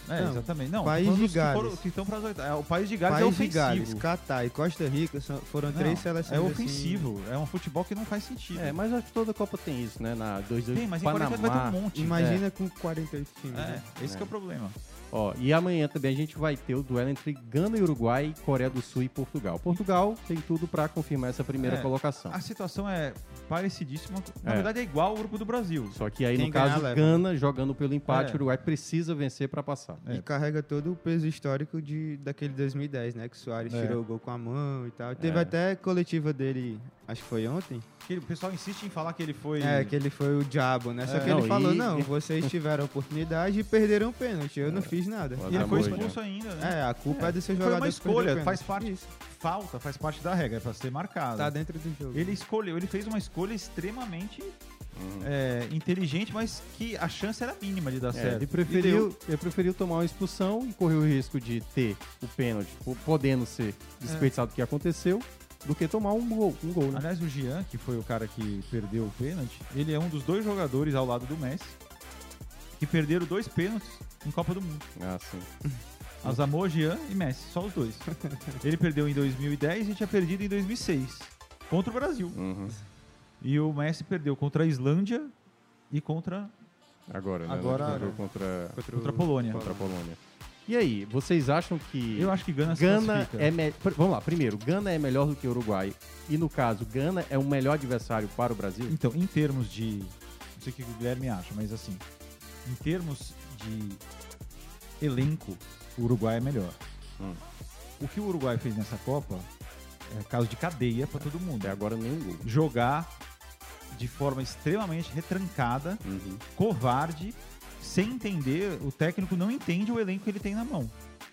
Exatamente. Não, País de Gales. Que estão para as oitavas. O País de Gales é ofensivo. País de Gales, Catar e Costa Rica foram 3 seleções. É ofensivo. Assim... É um futebol que não faz sentido. Mas acho que toda Copa tem isso, né? Na 2-2 tem, mas em 48 vai ter um monte. Imagina com 48 times. Esse que é o problema. Ó, e amanhã também a gente vai ter o duelo entre Gana e Uruguai, Coreia do Sul e Portugal. Portugal tem tudo para confirmar essa primeira colocação. A situação é parecidíssima. Na verdade é igual ao grupo do Brasil. Só que aí, no caso, Gana jogando pelo empate, o Uruguai precisa vencer para passar. E carrega todo o peso histórico daquele 2010, né? Que o Soares tirou o gol com a mão e tal. Teve até coletiva dele, acho que foi ontem. Que o pessoal insiste em falar que ele foi... que ele foi o diabo, né? Só que ele falou, vocês tiveram a oportunidade e perderam o pênalti. Eu não fiz nada. E ele foi expulso ainda, né? A culpa é desse jogador. Foi uma escolha, faz parte... Falta, faz parte da regra, é pra ser marcado. Tá dentro do jogo. Ele fez uma escolha extremamente inteligente, mas que a chance era mínima de dar certo. Ele preferiu tomar uma expulsão e correr o risco de ter o pênalti, podendo ser desperdiçado o que aconteceu, do que tomar um gol, né? Aliás, o Jean, que foi o cara que perdeu o pênalti, ele é um dos 2 jogadores ao lado do Messi que perderam 2 pênaltis em Copa do Mundo. Sim. Asamoah, Jean e Messi, só os 2. Ele perdeu em 2010 e tinha perdido em 2006 contra o Brasil. E o Messi perdeu contra a Islândia e contra... Agora, contra a Polônia. Contra a Polônia. E aí, vocês acham que... Eu acho que Gana Vamos lá, primeiro, Gana é melhor do que o Uruguai. E no caso, Gana é o melhor adversário para o Brasil? Então, em termos de... Não sei o que o Guilherme acha, mas assim... Em termos de elenco, o Uruguai é melhor. O que o Uruguai fez nessa Copa é caso de cadeia para todo mundo. Até agora nenhum gol. Jogar de forma extremamente retrancada, covarde, sem entender, o técnico não entende o elenco que ele tem na mão.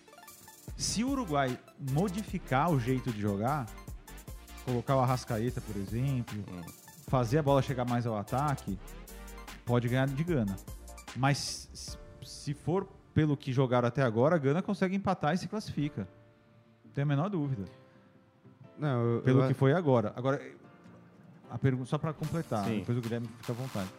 Se o Uruguai modificar o jeito de jogar, colocar o Arrascaeta, por exemplo, fazer a bola chegar mais ao ataque, pode ganhar de Gana. Mas se for pelo que jogaram até agora, a Gana consegue empatar e se classifica. Não tem a menor dúvida. Não, pelo que foi agora. Agora, a pergunta, só para completar, depois o Guilherme fica à vontade.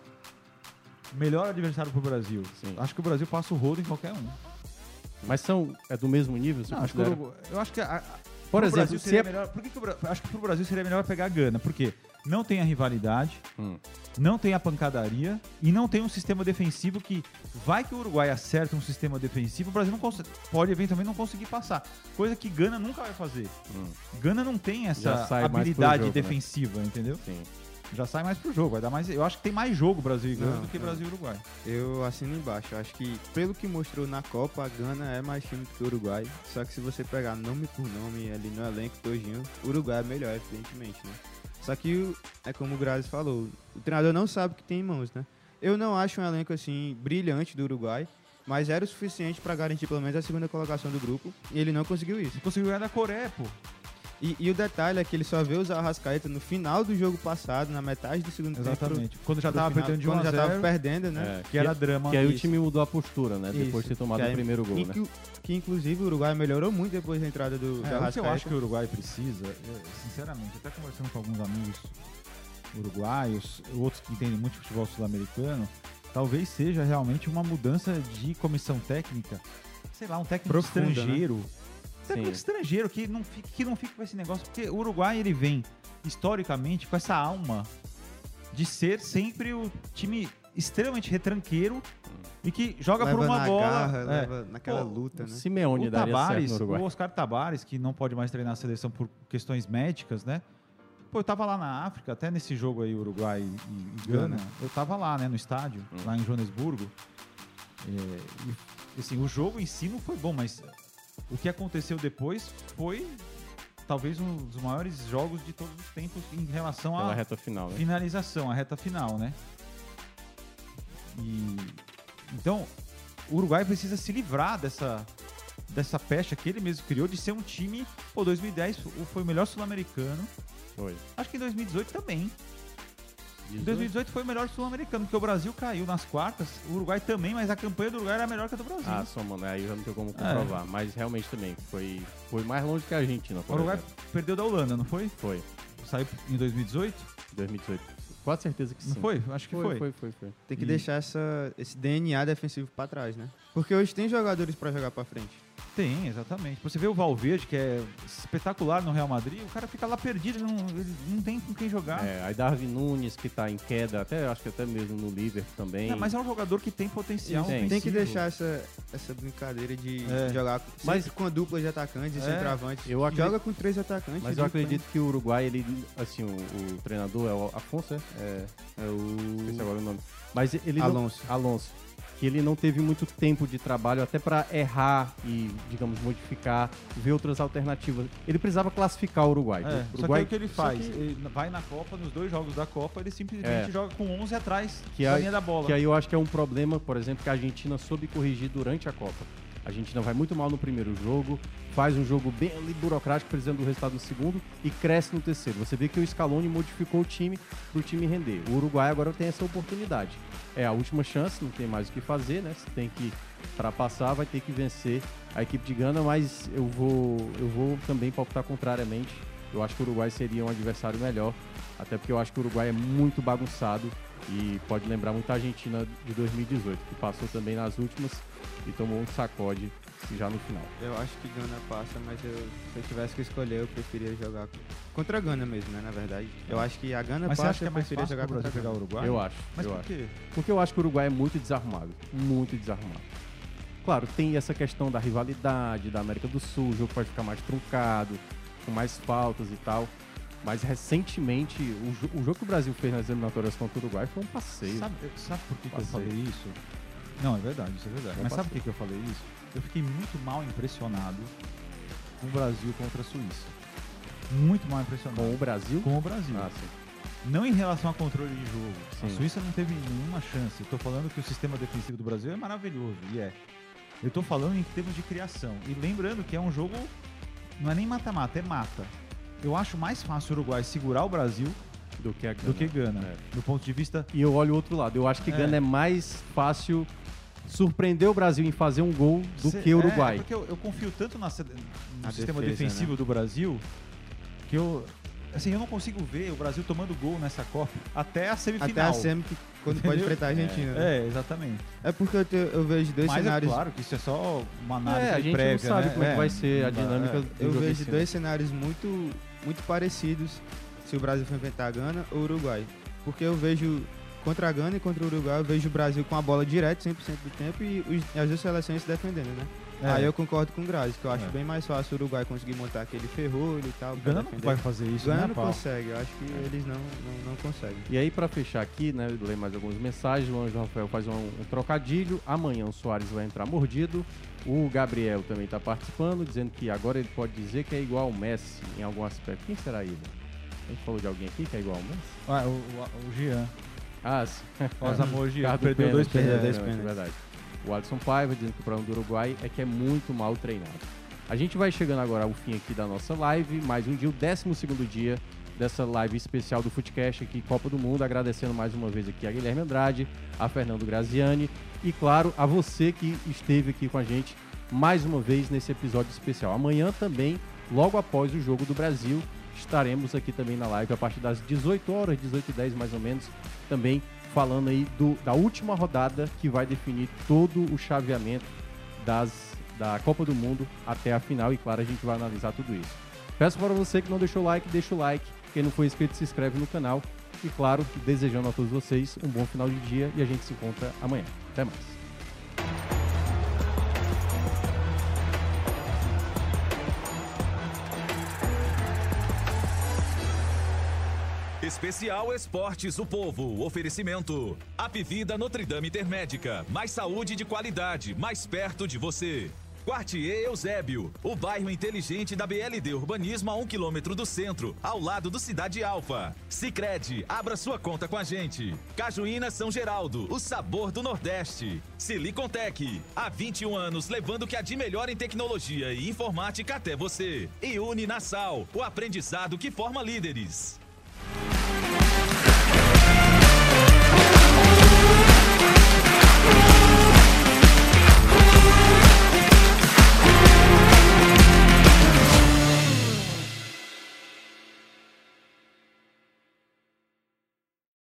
Melhor adversário pro Brasil. Acho que o Brasil passa o rodo em qualquer um. Mas é do mesmo nível? Não, eu acho que por exemplo, Brasil seria melhor. Acho que pro Brasil seria melhor pegar a Gana, porque não tem a rivalidade, não tem a pancadaria e não tem um sistema defensivo que vai que o Uruguai acerta um sistema defensivo, o Brasil pode eventualmente não conseguir passar. Coisa que Gana nunca vai fazer. Gana não tem essa habilidade defensiva, né? Entendeu? Sim. Já sai mais pro jogo, vai dar mais. Eu acho que tem mais jogo Brasil e Gana do que Brasil e Uruguai. Eu assino embaixo. Acho que pelo que mostrou na Copa, a Gana é mais time que o Uruguai. Só que se você pegar nome por nome ali no elenco todinho, o Uruguai é melhor, evidentemente, né? Só que é como o Grazi falou, o treinador não sabe o que tem em mãos, né? Eu não acho um elenco assim brilhante do Uruguai, mas era o suficiente para garantir pelo menos a segunda colocação do grupo, e ele não conseguiu isso. Ele conseguiu ganhar da Coreia, pô. E o detalhe é que ele só veio usar o Arrascaeta no final do jogo passado, na metade do segundo tempo. Exatamente. Quando já tava perdendo de 1 a 0. Quando já tava perdendo, né? Que era drama. Que aí o time mudou a postura, né? Depois de ter tomado o primeiro gol, né? Que inclusive o Uruguai melhorou muito depois da entrada do Arrascaeta. O que eu acho que o Uruguai precisa, sinceramente, até conversando com alguns amigos uruguaios, outros que entendem muito de futebol sul-americano, talvez seja realmente uma mudança de comissão técnica, sei lá, um técnico estrangeiro. Né? Técnico estrangeiro que não fique com esse negócio, porque o Uruguai ele vem historicamente com essa alma de ser sempre o time extremamente retranqueiro e que joga por uma bola, leva naquela luta, né? Simeone daria certo no Uruguai. O Oscar Tabares, que não pode mais treinar a seleção por questões médicas, né? Pô, eu tava lá na África, até nesse jogo aí, Uruguai e Gana, eu tava lá, né, no estádio, lá em Joanesburgo. E, assim, o jogo em si não foi bom, mas o que aconteceu depois foi talvez um dos maiores jogos de todos os tempos em relação à reta final, né? Finalização, a reta final, né? E então o Uruguai precisa se livrar dessa pecha que ele mesmo criou de ser um time. Pô, 2010 foi o melhor sul-americano. Foi. Acho que em 2018 também. Em 2018 foi o melhor sul-americano, porque o Brasil caiu nas quartas, o Uruguai também, mas a campanha do Uruguai era melhor que a do Brasil. Só, mano, aí já não tem como comprovar. Mas realmente também, foi mais longe que a Argentina. O Uruguai perdeu da Holanda, não foi? Foi. Saiu em 2018? 2018. quase certeza que sim. Não foi? Acho que foi. Tem que deixar esse DNA defensivo pra trás, né? Porque hoje tem jogadores pra jogar pra frente. Tem, exatamente. Você vê o Valverde, que é espetacular no Real Madrid, o cara fica lá perdido, ele não tem com quem jogar. Aí Darwin Nunes, que tá em queda, acho que até mesmo no Liverpool também. Mas é um jogador que tem potencial. Tem que deixar essa brincadeira de jogar com a dupla de atacantes e centroavantes. Joga com 3 atacantes. Mas eu acredito que o Uruguai, ele, assim, o treinador é o Afonso, Esse agora é o nome. Mas ele Alonso. Que ele não teve muito tempo de trabalho até para errar e, digamos, modificar, ver outras alternativas. Ele precisava classificar o Uruguai. Só que o que ele faz? Ele vai na Copa, nos 2 jogos da Copa, ele simplesmente joga com 11 atrás da linha da bola. Que aí eu acho que é um problema, por exemplo, que a Argentina soube corrigir durante a Copa. A Argentina vai muito mal no primeiro jogo, faz um jogo bem ali burocrático, precisando do resultado no segundo, e cresce no terceiro. Você vê que o Scaloni modificou o time para o time render. O Uruguai agora tem essa oportunidade. É a última chance, não tem mais o que fazer, né? Você tem que, para passar, vai ter que vencer a equipe de Gana, mas eu vou também palpitar contrariamente. Eu acho que o Uruguai seria um adversário melhor, até porque eu acho que o Uruguai é muito bagunçado e pode lembrar muito a Argentina de 2018, que passou também nas últimas e tomou um sacode já no final. Eu acho que Gana passa, mas se eu tivesse que escolher, eu preferia jogar contra a Gana mesmo, né, na verdade. Eu acho que a Gana passa, acha que eu preferia jogar contra a Gana. Uruguai? Eu acho. Mas por quê? Porque eu acho que o Uruguai é muito desarrumado. Muito desarrumado. Claro, tem essa questão da rivalidade, da América do Sul, o jogo pode ficar mais truncado, com mais faltas e tal. Mas recentemente, o jogo que o Brasil fez nas eliminatórias contra o Uruguai foi um passeio. Sabe por que eu falei isso? Não, é verdade, isso é verdade. Mas sabe por que eu falei isso? Eu fiquei muito mal impressionado com o Brasil contra a Suíça. Muito mal impressionado. Com o Brasil? Com o Brasil. Sim. Não em relação a controle de jogo. Sim. A Suíça não teve nenhuma chance. Eu tô falando que o sistema defensivo do Brasil é maravilhoso, e Eu tô falando em termos de criação. E lembrando que é um jogo, não é nem mata-mata, é mata. Eu acho mais fácil o Uruguai segurar o Brasil do que Gana. Do ponto de vista... E eu olho o outro lado. Eu acho que Gana é mais fácil surpreender o Brasil em fazer um gol do que o Uruguai. Porque eu confio tanto no sistema defensivo, né, do Brasil, que eu não consigo ver o Brasil tomando gol nessa Copa até a semifinal. Até a semi, quando pode enfrentar a Argentina. Né? Exatamente. É porque eu vejo dois cenários... Mas é claro que isso é só uma análise prévia, a gente não sabe como é que vai ser a dinâmica do Eu jogo. vejo dois cenários muito parecidos se o Brasil for enfrentar a Gana ou o Uruguai. Porque eu vejo contra a Gana e contra o Uruguai, eu vejo o Brasil com a bola direto 100% do tempo e as duas seleções se defendendo, né? Aí eu concordo com o Grazi, que eu acho bem mais fácil o Uruguai conseguir montar aquele ferrolho e tal. O Gana não vai fazer isso, Gana né, não consegue, eu acho que eles não conseguem. E aí, pra fechar aqui, né, ler mais algumas mensagens, o Anjo Rafael faz um trocadilho. Amanhã o Soares vai entrar mordido. O Gabriel também tá participando, dizendo que agora ele pode dizer que é igual ao Messi em algum aspecto. Quem será ele? A gente falou de alguém aqui que é igual ao Messi? O Jean. Sim. Pós-amor, Jean. Perdeu 2 pênaltis. É verdade. O Alisson Paiva dizendo que o problema do Uruguai é que é muito mal treinado. A gente vai chegando agora ao fim aqui da nossa live, mais um dia, o 12º dia dessa live especial do Futecast aqui, Copa do Mundo, agradecendo mais uma vez aqui a Guilherme Andrade, a Fernando Graziani e, claro, a você que esteve aqui com a gente mais uma vez nesse episódio especial. Amanhã também, logo após o Jogo do Brasil, estaremos aqui também na live a partir das 18 horas, 18h10 mais ou menos, também falando aí da última rodada que vai definir todo o chaveamento da Copa do Mundo até a final e, claro, a gente vai analisar tudo isso. Peço para você que não deixou o like, deixa o like. Quem não for inscrito, se inscreve no canal. E, claro, desejando a todos vocês um bom final de dia e a gente se encontra amanhã. Até mais. Especial Esportes o Povo. Oferecimento. Apivida Notre Dame Intermédica. Mais saúde de qualidade, mais perto de você. Quartier Eusébio, o bairro inteligente da BLD Urbanismo a 1 km do centro, ao lado do Cidade Alfa. Sicredi, abra sua conta com a gente. Cajuína São Geraldo, o sabor do Nordeste. Silicontec, há 21 anos levando o que há de melhor em tecnologia e informática até você. E Uninasal, o aprendizado que forma líderes.